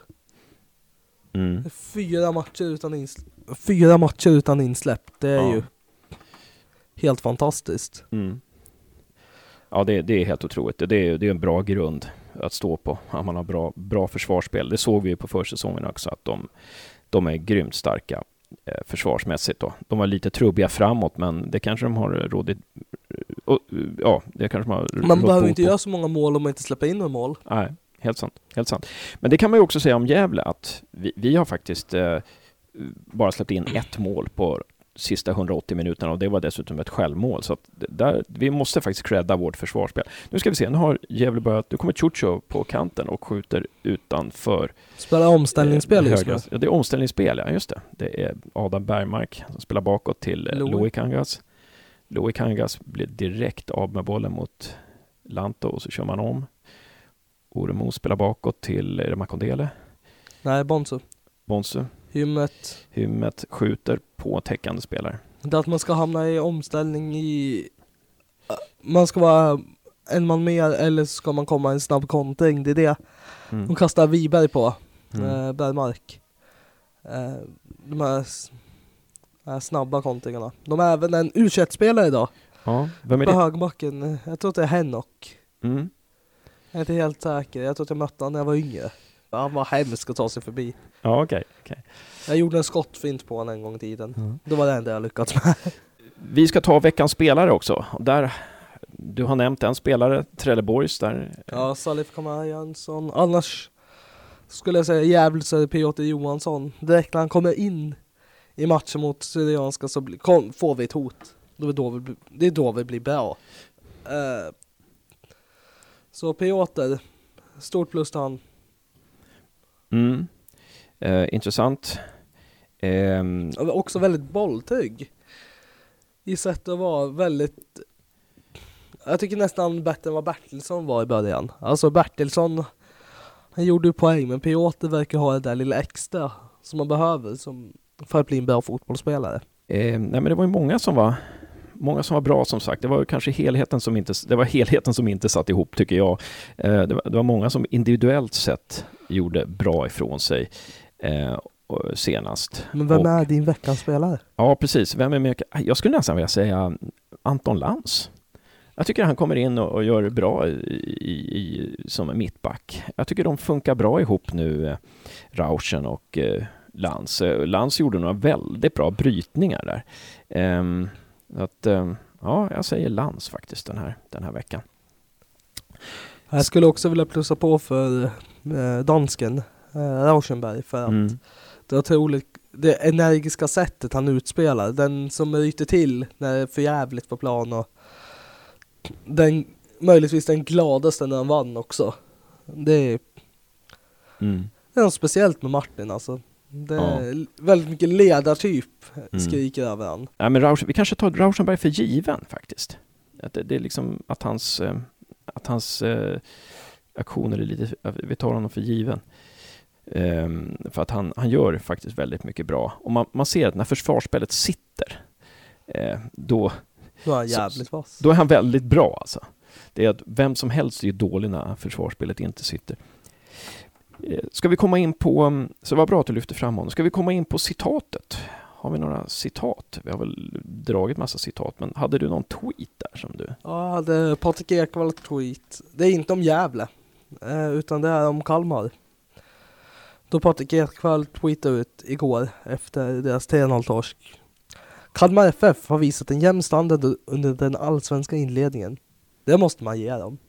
Mm. Fyra matcher utan insläpp. Fyra matcher utan insläpp. Det är ja. ju helt fantastiskt. Mm. Ja, det, det är helt otroligt. Det är, det är en bra grund att stå på. Att man har bra, bra försvarsspel. Det såg vi på försäsongen också att de, de är grymt starka eh, försvarsmässigt då. De var lite trubbiga framåt, men det kanske de har rådit. Och, ja, det kanske de har man behöver inte på. göra så många mål om man inte släpper in några mål. Nej, helt sant. Helt sant. Men det kan man ju också säga om Gävle att vi, vi har faktiskt eh, bara släppt in ett mål på sista hundraåttio minuterna och det var dessutom ett självmål. Så att där, vi måste faktiskt credda vårt försvarsspel. Nu ska vi se, nu har Gävle börjat, nu kommer Chucho på kanten och skjuter utanför. Spelar omställningsspel eh, just nu? Ja, det är omställningsspel, ja just det. Det är Adam Bergmark som spelar bakåt till eh, Louis Kangas. Louis Kangas blir direkt av med bollen mot Lanto och så kör man om. Oremo spelar bakåt till, är det Makondele? Nej, Bonsu. Bonsu. Hymmet. Hymmet skjuter på täckande spelare. Det är att man ska hamna i omställning i... Man ska vara en man mer eller så ska man komma en snabb kontring. Det är det Mm. de kastar Wiberg på. Mm. Eh, Bergmark. Eh, de här, s- här snabba kontringarna. De är även en U tjugoett-spelare idag. Ja, vem är På det? högerbacken. Jag tror att det är Hennock. Mm. Jag är inte helt säker. Jag tror att jag mötte honom när jag var yngre. Han var hemsk att ta sig förbi. Ja, okej. okej. Jag gjorde en skottfint på honom en gång i tiden. Mm. Då var det enda jag lyckats med. Vi ska ta veckans spelare också. Och där, du har nämnt en spelare, Trelleborgs, där. Ja, Salif Kamara Jönsson. Annars skulle jag säga Gävles eller Piotr Johansson. Direkt när han kommer in i matchen mot Syrianska så bli, kom, får vi ett hot. Då är då vi, bli- det är då vi blir bra. Eh, så Piotr, stort plus till han. Mm. Eh, intressant. Ehm, Och också väldigt bolltrygg. I sätt att vara väldigt... Jag tycker nästan bättre än vad Bertilsson var i början. Alltså Bertilsson, han gjorde ju poäng, men Piotr verkar ha det där lilla extra som man behöver som, för att bli en bra fotbollsspelare. eh, nej, men det var ju många som var många som var bra, som sagt. Det var kanske helheten som inte det var helheten som inte satt ihop, tycker jag. Eh, det, var, det var många som individuellt sett gjorde bra ifrån sig eh, och, senast. Men vem och, är din veckans spelare? Ja, precis. Vem är med? Jag skulle nästan vilja säga Anton Lantz. Jag tycker han kommer in och, och gör det bra i, i, i, som en mittback. Jag tycker de funkar bra ihop nu, eh, Rauschen och eh, Lantz. Eh, Lantz gjorde några väldigt bra brytningar där. Ehm, att, eh, ja, jag säger Lantz faktiskt den här, den här veckan. Jag skulle också vilja plussa på för eh, dansken eh, Rauschenberg för att Mm. det är otroligt, det energiska sättet han utspelar, den som ryter till när det är för jävligt på plan och den, möjligtvis den gladaste när han vann också. Det är, Mm. det är något speciellt med Martin alltså. Det är Ja. väldigt mycket ledartyp Mm. skriker över han. Ja, men Rausch, vi kanske tar Rauschenberg för given faktiskt. Att det, det är liksom att hans, eh, att hans eh, aktioner är lite, vi tar honom för given. Ehm, för att han, han gör faktiskt väldigt mycket bra. Och man, man ser att när försvarsspelet sitter, eh, då, Då är han Så- jävligt vass. då är han väldigt bra alltså. Det är att vem som helst är ju dålig när försvarsspelet inte sitter. Eh, ska vi komma in på, så var bra att du lyfte fram honom. Ska vi komma in på citatet? Har vi några citat? Vi har väl dragit massa citat, men hade du någon tweet där som du... Ja, jag hade Patrik Ekwall tweet. Det är inte om Gävle, eh, utan det är om Kalmar. Då Patrik Ekwall tweetade ut igår efter deras tre noll-torsk. Kalmar F F har visat en jämn standard under den allsvenska inledningen. Det måste man ge dem.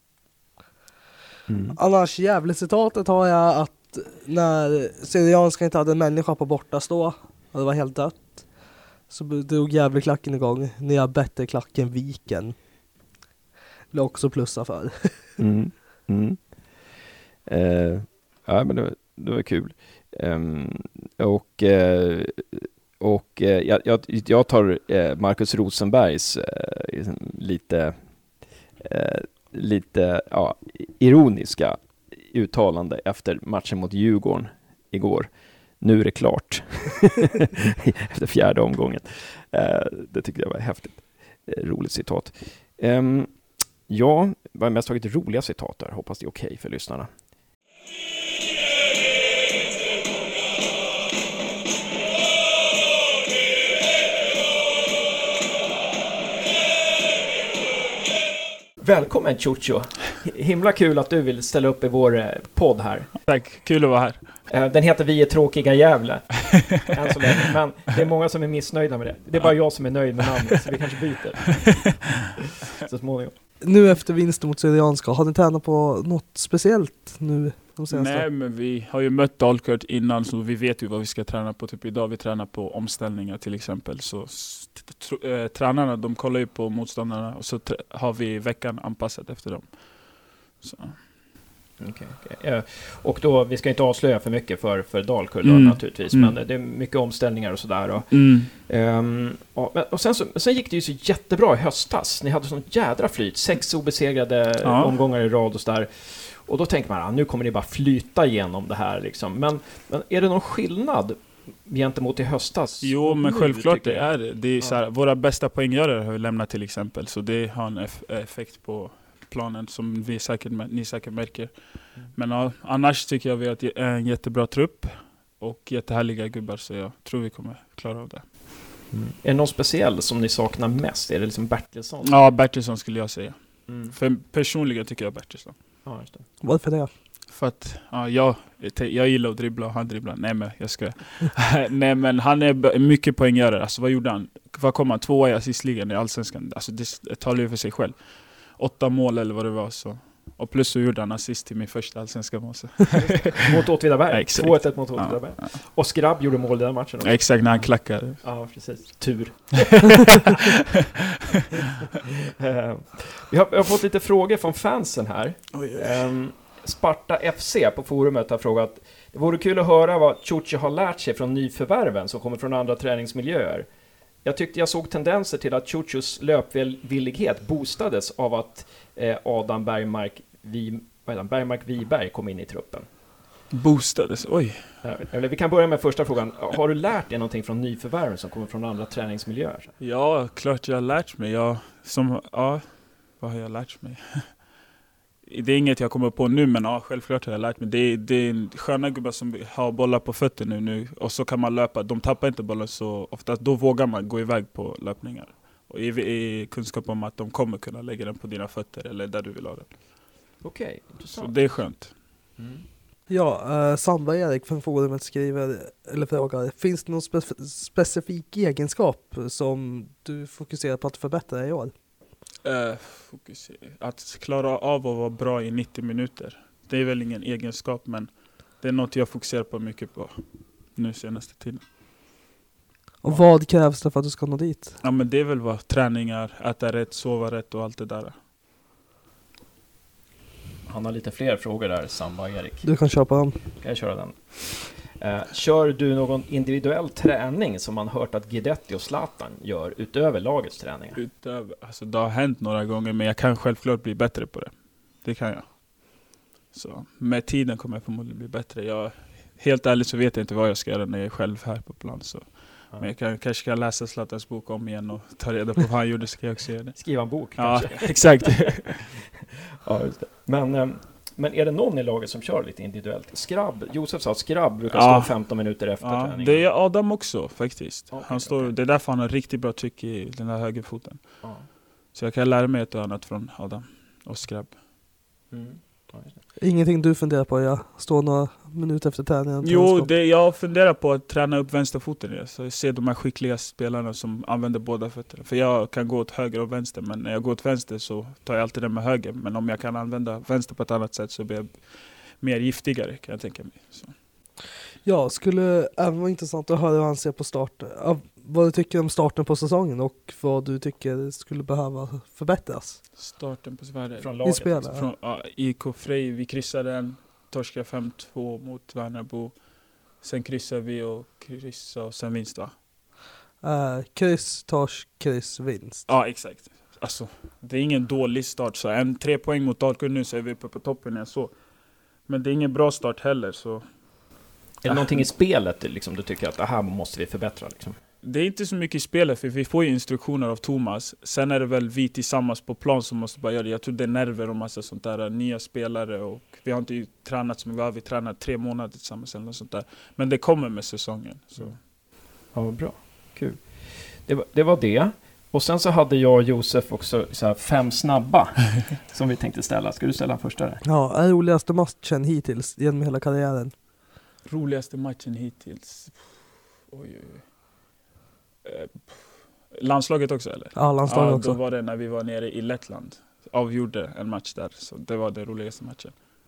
Mm. Annars Gävle-citatet har jag att när Syrianska inte hade en människa på borta stå och det var helt dött, så drog Gävle-klacken igång. Ni har bättre klack än Viken. Det är också plussa för. Mm. Mm. Eh, ja, men det, det var kul. Ehm, och eh, och eh, jag, jag, jag tar eh, Marcus Rosenbergs eh, lite eh, lite ja, ironiska uttalande efter matchen mot Djurgården igår. Nu är det klart. Efter fjärde omgången. Eh, det tyckte jag var häftigt. Eh, roligt citat. Um, ja, jag har mest tagit roliga citat där. Hoppas det är okej för lyssnarna. Välkommen Chucho. Himla kul att du vill ställa upp i vår eh, podd här. Tack, kul att vara här. Eh, Den heter Vi är tråkiga Gävle. Än så länge. Men det är många som är missnöjda med det. Det är bara jag som är nöjd med namnet, så vi kanske byter. Så småningom. Nu efter vinsten mot Syrianska, har ni tränat på något speciellt nu de senaste? Nej, men vi har ju mött Dalkurd innan, så vi vet ju vad vi ska träna på. Typ idag vi tränar på omställningar till exempel. Så s- tr- äh, tränarna, de kollar ju på motståndarna och så tr- har vi veckan anpassat efter dem. Så. Okay, okay. Eh, och då, vi ska inte avslöja för mycket för, för Dalkurd Mm. naturligtvis, Mm. men det är mycket omställningar och sådär. Och, Mm. ehm, och, men- och sen, så, sen gick det ju så jättebra i höstas. Ni hade sån jädra flyt, sex obesegrade Ja. omgångar i rad och sådär. Och då tänker man, ah, nu kommer det bara flyta igenom det här liksom. Men, men är det någon skillnad gentemot i höstas? Jo, men Nu, självklart tycker det jag. är det. Det är så här, våra bästa poänggörare har ju lämnat till exempel, så det har en eff- effekt på, planen som vi säkert, ni säkert märker. Mm. Men ja, annars tycker jag vi har en jättebra trupp och jättehärliga gubbar, så jag tror vi kommer klara av det. Mm. Är det någon speciell som ni saknar mest? Är det liksom Bertilsson? Ja, Bertilsson skulle jag säga. Mm. För personligen tycker jag Bertilsson. Ja, just det. Varför det? För att ja, jag, jag gillar att dribbla och han dribblar. Nej men jag ska. Nej men han är mycket poänggörare. Alltså vad gjorde han? Vad kom han? Tvåa i assistligan i Allsvenskan. Alltså det talar ju för sig själv. Åtta mål eller vad det var så. Och plus så gjorde han assist till min första allsvenska mål. Mot Åtvidaberg. Ja, två ett mot Åtvidaberg. Ja, ja. Och Skrabb gjorde mål i den matchen också. Ja, exakt, när han klackade. Ja, precis. Tur. vi, har, vi har fått lite frågor från fansen här. Oj, oj. Um, Sparta F C på forumet har frågat: det vore kul att höra vad Ciuci har lärt sig från nyförvärven som kommer från andra träningsmiljöer. Jag tyckte jag såg tendenser till att Ciucis löpvillighet boostades av att eh, Adam Bergmark, Vi, vad heter, Bergmark Wiberg kom in i truppen. Boostades? Oj. Eller vi kan börja med första frågan. Har du lärt dig någonting från nyförvärven som kommer från andra träningsmiljöer? Ja, klart jag har lärt mig. Jag, som, ja, vad har jag lärt mig? Det är inget jag kommer på nu, men ja, självklart har jag lärt mig. Det är, det är sköna gubbar som har bollar på fötter nu, nu och så kan man löpa. De tappar inte bollen så ofta, då vågar man gå iväg på löpningar. Och i, i kunskap om att de kommer kunna lägga den på dina fötter eller där du vill ha den. Okej, okay, intressant. Så det är skönt. Mm. Ja, uh, Samba Erik från forumet skriver, eller frågar, finns det någon spe- specifik egenskap som du fokuserar på att förbättra i år? Uh, att klara av att vara bra i nittio minuter. Det är väl ingen egenskap, men det är något jag fokuserar på mycket på nu senaste tiden. Och vad krävs det för att du ska nå dit? Ja, men det är väl vad träningar, äta rätt, sova rätt och allt det där. Han har lite fler frågor där, Samba Erik. Du kan köpa dem. Kan jag köra den? Uh, kör du någon individuell träning som man hört att Guidetti och Zlatan gör utöver lagets träningar? Utöver, alltså det har hänt några gånger, men jag kan självklart bli bättre på det. Det kan jag. Så med tiden kommer jag förmodligen bli bättre. Jag, helt ärligt så vet jag inte vad jag ska göra när jag är själv här på plan. Så. Ja. Men jag kan, kanske kan läsa Zlatans bok om igen och ta reda på vad han gjorde, så ska jag också göra det. Skriva en bok ja, kanske? Exakt. Ja, just det. Men... Um, Men är det någon i laget som kör lite individuellt? Skrabb, Josef sa att Skrabb brukar ja. stå femton minuter efter ja, träningen. Det är Adam också faktiskt. Okay, han står, okay. Det är därför han har riktigt bra tryck i den här högerfoten. Ja. Så jag kan lära mig ett och annat från Adam och Skrabb. Mm. Ja, ingenting du funderar på? Jag står några minuter efter träningen. Jo, det, jag funderar på att träna upp vänsterfoten. Ja. Så jag ser de här skickliga spelarna som använder båda fötterna. För jag kan gå åt höger och vänster, men när jag går åt vänster så tar jag alltid den med höger. Men om jag kan använda vänster på ett annat sätt så blir jag mer giftigare, kan jag tänka mig. Så. Ja, skulle även vara intressant att höra hur han ser på starten. Vad du tycker om starten på säsongen och vad du tycker skulle behöva förbättras. Starten på Sverige. Från laget. I spelet. Från ja, I K Frej, vi kryssade den. Torska fem två mot Värnabo. Sen kryssar vi och kryssar och sen vinst, va? Uh, kryss, torsk, kryss, vinst. Ja, exakt. Alltså, det är ingen dålig start. Så en tre poäng mot Dalkurd nu så är vi uppe på toppen. Jag så. Men det är ingen bra start heller. Så. Är det ja. någonting i spelet liksom, du tycker att det här måste vi förbättra? Liksom? Det är inte så mycket i spelet, för vi får ju instruktioner av Thomas. Sen är det väl vi tillsammans på plan som måste bara göra det. Jag tror det är nerver och massa sånt där, nya spelare. Och vi har inte tränat som vi har, vi tränat tre månader tillsammans eller något sånt där. Men det kommer med säsongen. Så. Ja, bra. Kul. Det var, det var det. Och sen så hade jag och Josef också så här fem snabba som vi tänkte ställa. Ska du ställa första där? Ja, är roligaste matchen hittills genom hela karriären? Roligaste matchen hittills? Oj, oj, oj. Eh, landslaget också, eller? Ja, landslaget ja, också. Då var det när vi var nere i Lettland. Avgjorde en match där. Så det var den roligaste matchen.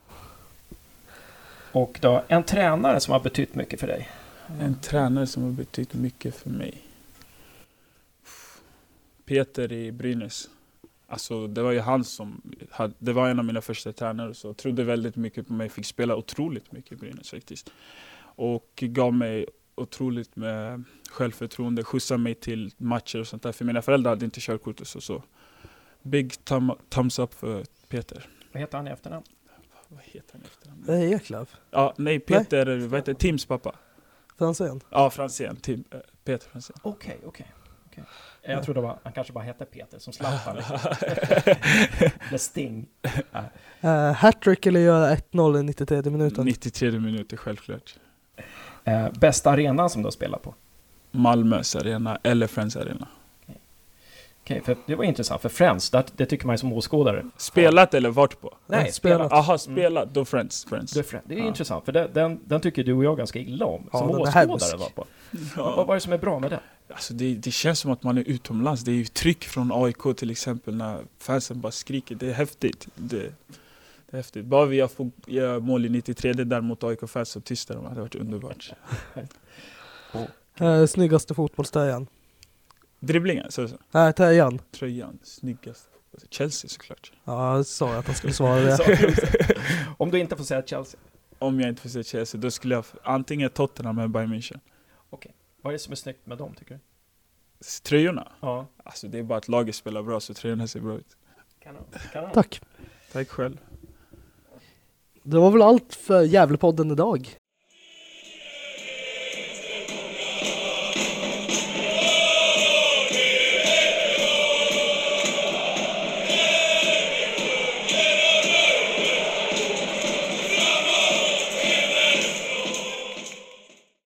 Och då, en tränare som har betytt mycket för dig? En tränare som har betytt mycket för mig? Peter i Brynäs. Alltså det var ju han som hade, det var en av mina första tränare, så jag trodde väldigt mycket på mig, fick spela otroligt mycket i Brynäs faktiskt. Och gav mig otroligt med självförtroende, skjutsade mig till matcher och sånt där, för mina föräldrar hade inte körkort och så. så. Big thumb, thumbs up för Peter. Vad heter han i efternamn? Vad heter han i efternamn? Det är Eklöf. Ja, nej, Peter, nej. Vad heter Tims pappa? Franzén? Ja, Franzén, Tim, äh, Peter Franzén. Okej, okay, okej. Okay. Okay. Jag trodde bara, han kanske bara hette Peter som Zlatan. Liksom. Eller Sting. Uh, Hattrick eller göra ett noll i nittiotredje minuten? nittiotredje minuter, självklart. Uh, bästa arenan som du har spelat på? Malmös arena eller Friends arena. Okej, okay, för det var intressant. För Friends, det, det tycker man ju som åskådare. Spelat eller vart på? Nej, spelat. Aha, spelat. Mm. Då Friends. Friends. Det är, friend. det är ja. intressant, för det, den, den tycker du och jag ganska illa om. Ja, som åskådare var på. Ja. Vad var det som är bra med det? Alltså det, det känns som att man är utomlands. Det är ju tryck från A I K till exempel när fansen bara skriker. Det är häftigt. Det, det är häftigt. Bara vi har fått göra mål i nittiotre där mot A I K-fans så tysta de. Det hade varit underbart. Uh, snyggaste fotbollströjan? Dribblingen, så så. Nej, tröjan. Tröjan, snyggaste. Chelsea såklart. Ja, jag sa att han skulle svara det. Om du inte får säga Chelsea? Om jag inte får säga Chelsea, då skulle jag antingen Tottenham eller Bayern München. Okej. Vad är det som är snyggt med dem, tycker du? Tröjorna? Ja. Alltså det är bara att laget spelar bra så tröjorna ser bra ut. Kanon. Kanon. Tack. Tack själv. Det var väl allt för Gävlepodden idag.